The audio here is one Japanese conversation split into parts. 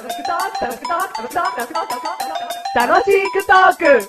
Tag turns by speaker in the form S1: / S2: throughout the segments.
S1: 楽しくトーク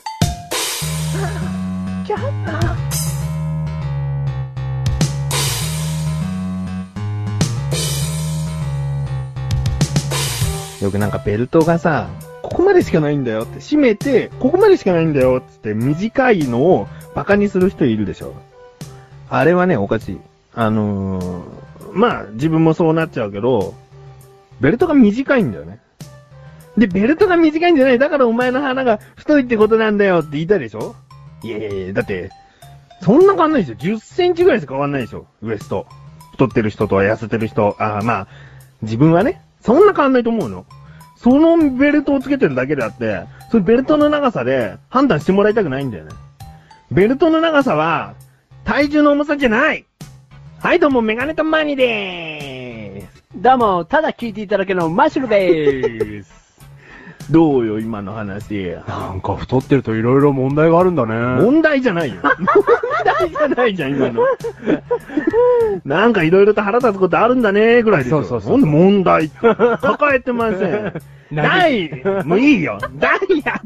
S2: よくなんかベルトがさ、ここまでしかないんだよって締めて、ここまでしかないんだよって短いのをバカにする人いるでしょ。あれはね、おかしい。まあ、自分もそうなっちゃうけど、ベルトが短いんだよね。で、ベルトが短いんじゃない。だからお前の鼻が太いってことなんだよって言いたいでしょ。いやいやいや、だって、そんな変わんないでしょ。10センチぐらいしか変わんないでしょ。ウエスト。太ってる人と痩せてる人。まあ、自分はね、そんな変わんないと思うの。そのベルトをつけてるだけであって、そのベルトの長さで判断してもらいたくないんだよね。ベルトの長さは、体重の重さじゃない。はい、どうも、メガネとマニでーす。
S1: どうも、ただ聞いていただけのマッシュルでーす。
S2: どうよ、今の話。
S1: なんか太ってると色々問題があるんだね。
S2: 問題じゃないよ。問題じゃないじゃん、今の。なんか色々と腹立つことあるんだね、ぐらいでしょ。
S1: そう。
S2: なんで問題抱えてません。もういいよ。第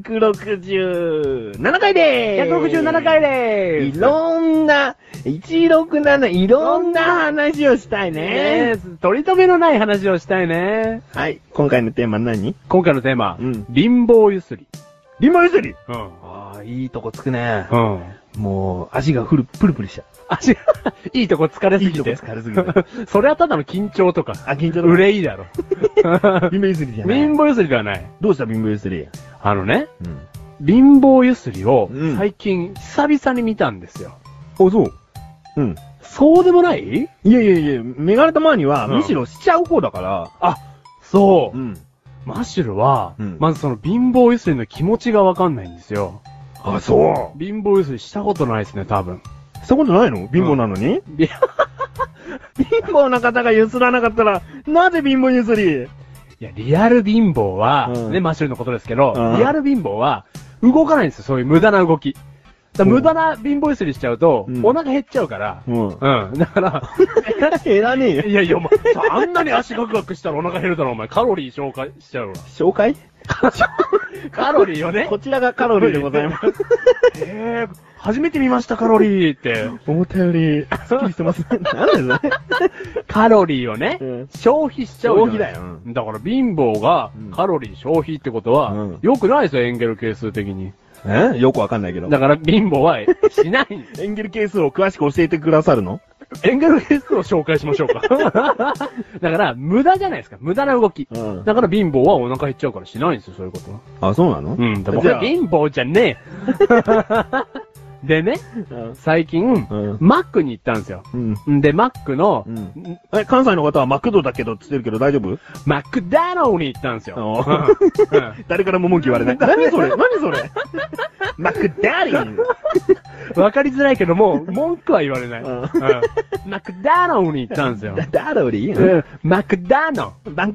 S2: 167回でーす。
S1: 167回でーす。
S2: いろんな、167、いろんな話をしたいね。
S1: 取り留めのない話をしたいね。
S2: はい。今回のテーマ何？
S1: 今回のテーマ、
S2: うん
S1: 貧乏ゆすり。
S2: 貧乏ゆすり。
S1: うん。
S2: ああ、いいとこつくね。
S1: うん。
S2: もう、足がプルプルしちゃう。
S1: いいとこ疲れすぎて。
S2: いいとこ疲れすぎて。
S1: それはただの緊張とか。
S2: 緊張とか。
S1: 憂いだろ。
S2: 貧乏ゆすりじゃない。
S1: 貧乏ゆすりではない。
S2: どうした貧乏ゆすり？
S1: あのね、
S2: うん。
S1: 貧乏ゆすりを
S2: うん
S1: 最近久々に見たんですよ。
S2: あ、そう。うん。
S1: そうでもない？
S2: いや、メガネたまには、むしろしちゃう方だから。
S1: あ、そう。
S2: ん。
S1: マッシュルは、
S2: うん
S1: まずその貧乏ゆすりの気持ちがわかんないんですよ。
S2: あ、そう。
S1: 貧乏ゆすりしたことないですね、多分。
S2: したことないの？貧乏なのに？貧乏な方がゆすらなかったら、なぜ貧乏ゆすり？
S1: いや、リアル貧乏は、
S2: うん
S1: ね、マッシュルのことですけど、
S2: うん
S1: リアル貧乏は、動かないんですよ、そういう無駄な動き。だから無駄な貧乏ゆすりしちゃうと、
S2: うん
S1: お腹減っちゃうから、
S2: うん。
S1: だから、
S2: 減らねえよ。
S1: いやいや、お前、あんなに足ガクガクしたらお腹減るだろ、お前。カロリー消化しちゃうわ。
S2: 紹介？
S1: カロリーをね。
S2: こちらがカロリーでございます。
S1: 初めて見ました、カロリーって。
S2: 思ったより、スッキリしてます。なんでそれ？
S1: カロリーをね、
S2: うん
S1: 消費しちゃうじゃない。
S2: 消費だよ
S1: だから貧乏がカロリー消費ってことは、
S2: うん
S1: 良くないですよ、エンゲル係数的に。
S2: よくわかんないけど。
S1: だから貧乏はしないんです。
S2: エンゲル係数を詳しく教えてくださるの？
S1: エンゲル係数を紹介しましょうか。だから、無駄じゃないですか。無駄な動き。
S2: うん
S1: だから貧乏はお腹減っちゃうからしないんですよ、そういうことは。
S2: あ、そうなの？
S1: うん。だから
S2: じゃあ
S1: 僕は貧乏じゃねえ。でね、最近、
S2: うん
S1: マックに行ったんですよ。
S2: うん。
S1: で、マックの、
S2: 関西の方はマクドだけどって言ってるけど大丈夫？
S1: マクダナルに行ったんですよ。
S2: 誰からも文句言われない。何それ？マクダリー。
S1: わかりづらいけども、文句は言われない。
S2: うん
S1: マクダナルに行ったんですよ。
S2: ダロリー？
S1: マクダナ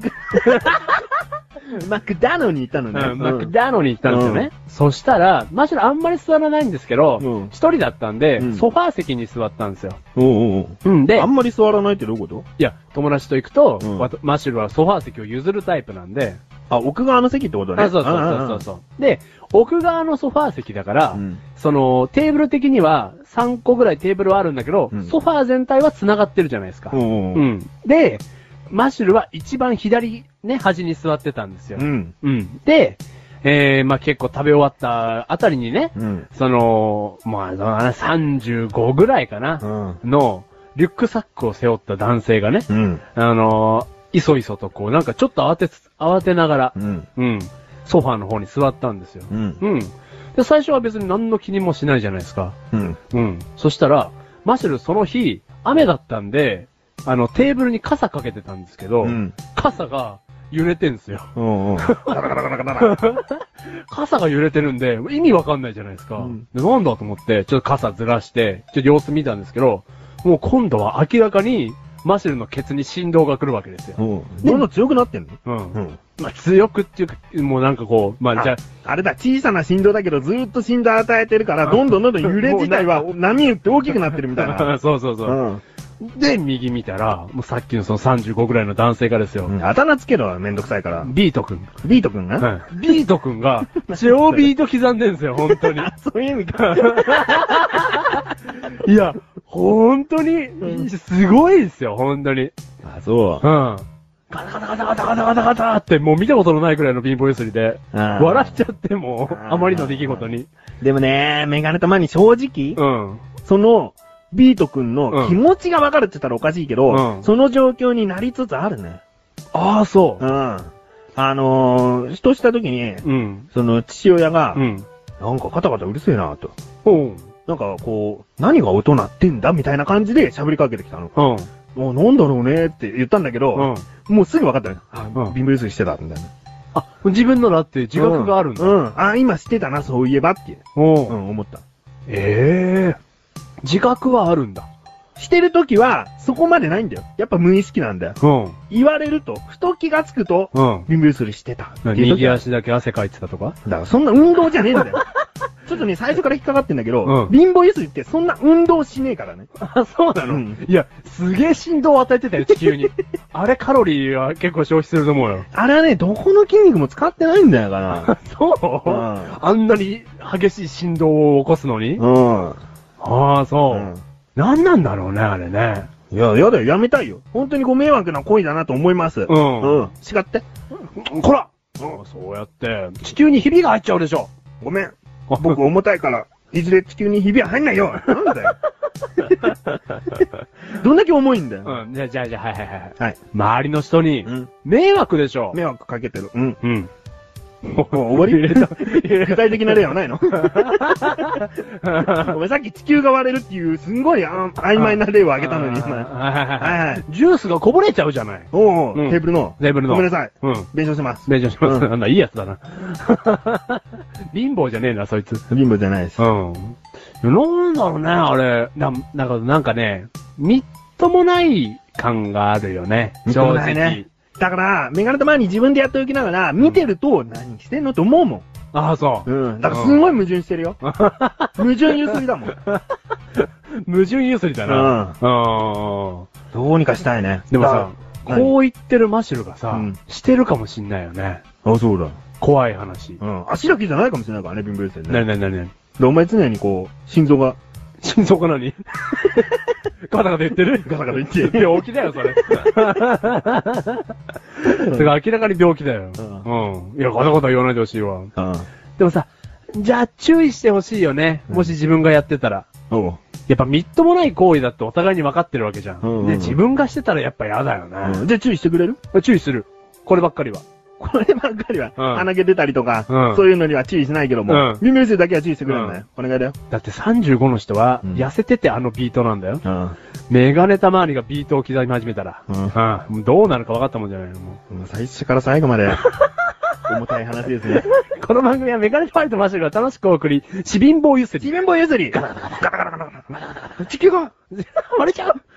S2: マクダノに行ったのね。
S1: マクダナルに行ったんですよね。そしたら、マシュルあんまり座らないんですけど
S2: うん、
S1: 一人だったんで
S2: う、ん
S1: ソファー席に座ったんですよ。
S2: おう
S1: で
S2: あ、んまり座らないってどういうこと？
S1: いや、友達と行くと
S2: うん、
S1: マシュルはソファー席を譲るタイプなんで、
S2: あ、奥側の席ってことね。
S1: そう。で、奥側のソファー席だから
S2: うん、
S1: その、テーブル的には3個ぐらいテーブルはあるんだけど
S2: うん、
S1: ソファー全体は繋がってるじゃないですか。
S2: うん。
S1: で、マッシュルは一番左ね、端に座ってたんですよ。
S2: うん。
S1: で、まあ、結構食べ終わったあたりにね、
S2: うん。
S1: その、まあ、35ぐらいかな、の、リュックサックを背負った男性がね、
S2: うん。
S1: いそいそとこう、なんかちょっと慌てながら、
S2: うん。
S1: ソファーの方に座ったんですよ。
S2: うん。
S1: で、最初は別に何の気にもしないじゃないですか。
S2: うん。
S1: そしたら、マシュルその日、雨だったんで、テーブルに傘かけてたんですけど、傘が揺れてんすよ。
S2: ガラガラガラガラ。
S1: 傘が揺れてるんで、意味わかんないじゃないですか。で、なんだと思って、ちょっと傘ずらして、ちょっと様子見たんですけど、もう今度は明らかに、マシュルのケツに振動が来るわけですよ。
S2: どんどん強くなってんの？
S1: まあ、強くっていうか、もうなんかこう、まあ、じゃ
S2: あれだ、小さな振動だけど、ずーっと振動与えてるから、どんどん揺れ自体は波打って大きくなってるみたいな。
S1: そう。 で、右見たら、もうさっきのその35ぐらいの男性がですよ。
S2: あだ名つけろ、めんどくさいから。
S1: ビートくん。
S2: ビートくんが、
S1: はい。ビートくんが、超ビート刻んでんすよ、本当に。
S2: そういう意味か。
S1: いや、本当に、すごいですよ、本当に。
S2: あ、そ
S1: うん。ガタガタガタガタガタガタガタって、もう見たことのないくらいの貧乏ゆすりで、笑っちゃってもう、あまりの出来事に。
S2: でもね、メガネたまに正直、
S1: うん。
S2: その、ビートくんの気持ちがわかるって言ったらおかしいけど、
S1: うん、
S2: その状況になりつつあるね。
S1: ああ、そう。
S2: うん。ふとした時に、
S1: うん。
S2: その父親が、
S1: うん。
S2: なんかカタカタうるせえなと。
S1: うん。
S2: なんかこう、何が音鳴ってんだみたいな感じで喋りかけてきたの。
S1: うん。
S2: もうなんだろうねって言ったんだけど、もうすぐ分かったよ。貧乏ゆすりしてたみたいな。
S1: あ、自分のだって自覚があるんだ。
S2: あ、今してたな、そういえばって。思った。
S1: ええ自覚はあるんだ。
S2: してるときは、そこまでないんだよ。やっぱ無意識なんだよ。言われると、ふと気がつくと、貧乏ゆすりしてた。
S1: 右足だけ汗かいてたとか
S2: だからそんな運動じゃねえんだよ。ちょっとね、最初から引っかかってんだけど、貧乏ゆすりってそんな運動しねえからね。
S1: あ、そうなの、いや、すげえ振動を与えてたよ、地球に。あれカロリーは結構消費すると思うよ。
S2: あれはね、どこの筋肉も使ってないんだよかな。
S1: そうあんなに激しい振動を起こすのにああ、そう。何なんだろうね、あれね。
S2: いや、やだよ、やめたいよ。本当にご迷惑な行為だなと思います。叱って。
S1: こらそうやって、地球にひびが入っちゃうでしょ。
S2: ごめん。僕重たいから、いずれ地球にひびは入んないよ。なんだよ。どんだけ重いんだよ。
S1: じゃあ、はい。周りの人に、迷惑でしょ。
S2: 迷惑かけてる。もう終わり具体的な例はないのお前さっき地球が割れるっていうすんごい曖昧な例を挙げたのに、
S1: ジュースがこぼれちゃうじゃない。
S2: テーブルの。ごめんなさい。弁償します。
S1: 弁償します。なんだ、いいやつだな。貧乏じゃねえな、そいつ。
S2: 貧乏じゃないです。
S1: なんだろうね、あれ。なんかね、みっともない感があるよね。正直。
S2: だから、メガネたまに自分でやっておきながら、見てると、何してんのと思うもん。
S1: ああ、そう。
S2: だからすごい矛盾してるよ。矛盾ゆすりだもん。
S1: 矛盾ゆすりだな。
S2: どうにかしたいね。
S1: でもさ、こう言ってるマシュルがさ、してるかもしんないよね。
S2: あ、そうだ。
S1: 怖い話。
S2: 足だけじゃないかもしれないからね、貧乏ゆすりね。
S1: なに
S2: で、お前常にこう、心臓が
S1: 何ガタガタ言ってる
S2: ガタガタ言ってる。
S1: 病気だよ、それ。それ明らかに病気だよ。いや、ガタガタ言わないでほしいわ。でもさ、じゃあ注意してほしいよね。もし自分がやってたら。やっぱみっともない行為だってお互いに分かってるわけじゃん。で、自分がしてたらやっぱ嫌だよね。
S2: じゃあ注意してくれる？
S1: 注意する。こればっかりは。
S2: こればっかりは、鼻毛出たりとか、そういうのには注意しないけども、貧乏ゆすりだけは注意してくれるんだよ。お願いだよ。
S1: だって35の人は、痩せててあのビートなんだよ。メガネたまわりがビートを刻み始めたら、どうなるか分かったもんじゃないの。も
S2: う最初から最後まで、重たい話ですね。
S1: この番組はメガネたまわりとマシュルが楽しくお送り、ちびんぼうゆすり。
S2: ちびんぼうゆすり。ガタガタガタガタガタガタ。地球が割れちゃう。